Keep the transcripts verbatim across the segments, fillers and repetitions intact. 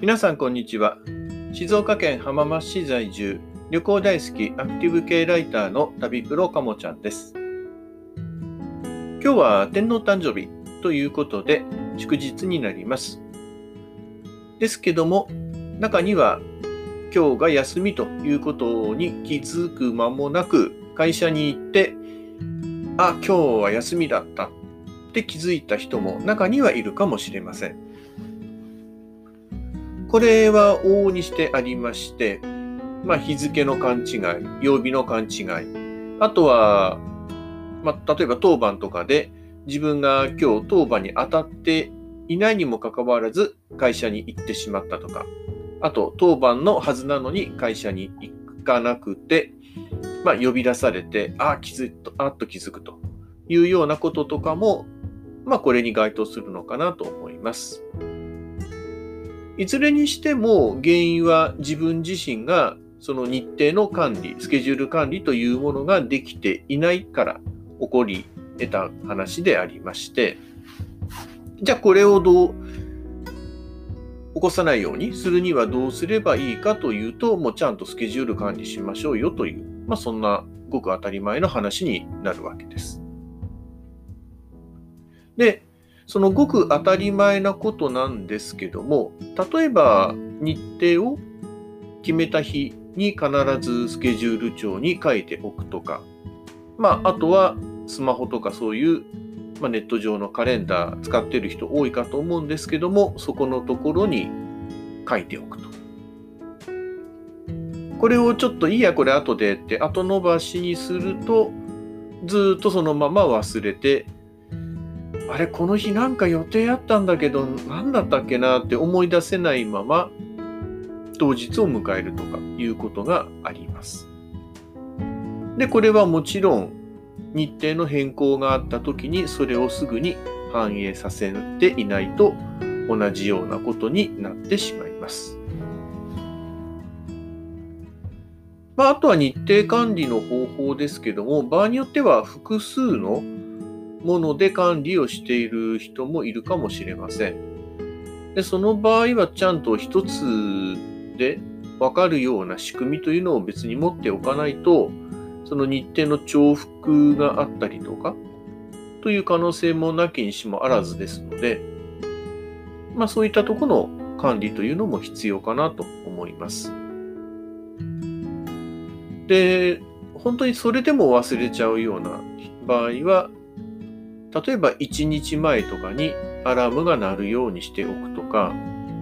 皆さんこんにちは。静岡県浜松市在住、旅行大好きアクティブ系ライターの旅プロかもちゃんです。今日は天皇誕生日ということで祝日になります。ですけども、中には今日が休みということに気づく間もなく会社に行って、あ、今日は休みだったって気づいた人も中にはいるかもしれません。これは往々にしてありまして、まあ、日付の勘違い、曜日の勘違い、あとは、まあ、例えば当番とかで自分が今日当番に当たっていないにもかかわらず会社に行ってしまったとか、あと当番のはずなのに会社に行かなくて、まあ、呼び出されて、あ気づくと、あっと気づくというようなこととかも、まあ、これに該当するのかなと思います。いずれにしても原因は自分自身がその日程の管理、スケジュール管理というものができていないから起こり得た話でありまして、じゃあこれをどう起こさないようにするにはどうすればいいかというと、もうちゃんとスケジュール管理しましょうよという、まあそんなごく当たり前の話になるわけです。で、そのごく当たり前なことなんですけども、例えば日程を決めた日に必ずスケジュール帳に書いておくとか、まあ、あとはスマホとかそういう、まあ、ネット上のカレンダー使っている人多いかと思うんですけども、そこのところに書いておくと。これをちょっといいやこれ後でって後延ばしにすると、ずっとそのまま忘れて、あれこの日なんか予定あったんだけど何だったっけなって思い出せないまま当日を迎えるとかいうことがあります。で、これはもちろん日程の変更があった時にそれをすぐに反映させていないと同じようなことになってしまいます。まあ、あとは日程管理の方法ですけども、場合によっては複数のもので管理をしている人もいるかもしれません。で、その場合はちゃんと一つで分かるような仕組みというのを別に持っておかないと、その日程の重複があったりとかという可能性もなきにしもあらずですので、まあそういったところの管理というのも必要かなと思います。で、本当にそれでも忘れちゃうような場合は、例えばいちにちまえとかにアラームが鳴るようにしておくとか、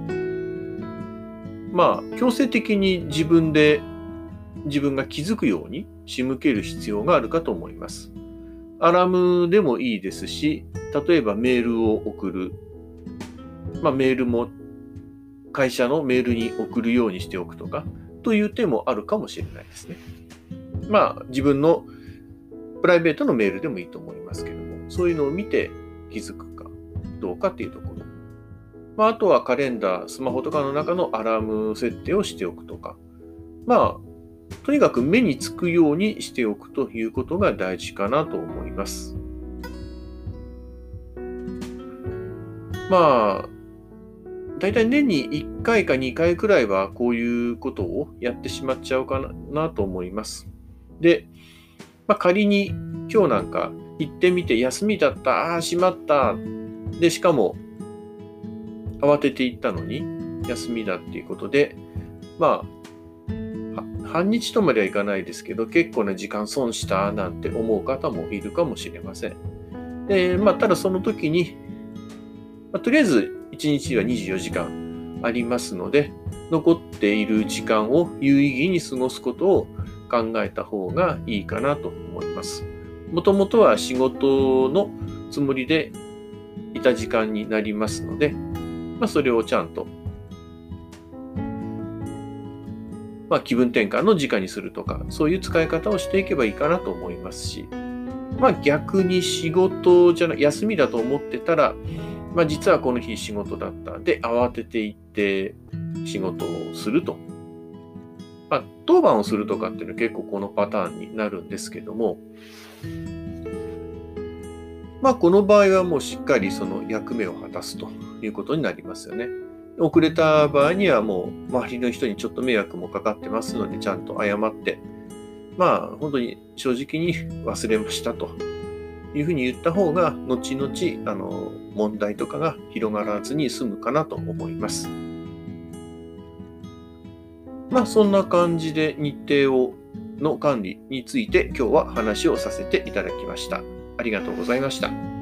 まあ強制的に自分で自分が気づくように仕向ける必要があるかと思います。アラームでもいいですし、例えばメールを送る、まあ、メールも会社のメールに送るようにしておくとかという手もあるかもしれないですね。まあ自分のプライベートのメールでもいいと思いますけども、そういうのを見て気づくかどうかっていうところ。まあ、あとはカレンダー、スマホとかの中のアラーム設定をしておくとか。まあ、とにかく目につくようにしておくということが大事かなと思います。まあ、だいたい年にいっかいかにかいくらいはこういうことをやってしまっちゃうかなと思います。で、まあ、仮に今日なんか行ってみて休みだった、ああ、しまった。で、しかも慌てて行ったのに休みだっていうことで、まあ、半日とまではいかないですけど、結構な時間損したなんて思う方もいるかもしれません。で、まあ、ただその時に、まあ、とりあえずいちにちはにじゅうよじかんありますので、残っている時間を有意義に過ごすことを考えた方がいいかなと思います。もともとは仕事のつもりでいた時間になりますので、まあ、それをちゃんと、まあ、気分転換の時間にするとか、そういう使い方をしていけばいいかなと思いますし、まあ、逆に仕事じゃない、休みだと思ってたら、まあ、実はこの日仕事だったで慌てて行って仕事をすると。まあ、当番をするとかっていうのは結構このパターンになるんですけども、まあこの場合はもうしっかりその役目を果たすということになりますよね。 遅れた場合にはもう周りの人にちょっと迷惑もかかってますので、ちゃんと謝って、まあ本当に正直に忘れましたというふうに言った方が、後々あの問題とかが広がらずに済むかなと思います。まあそんな感じで日程をの管理について今日は話をさせていただきました。ありがとうございました。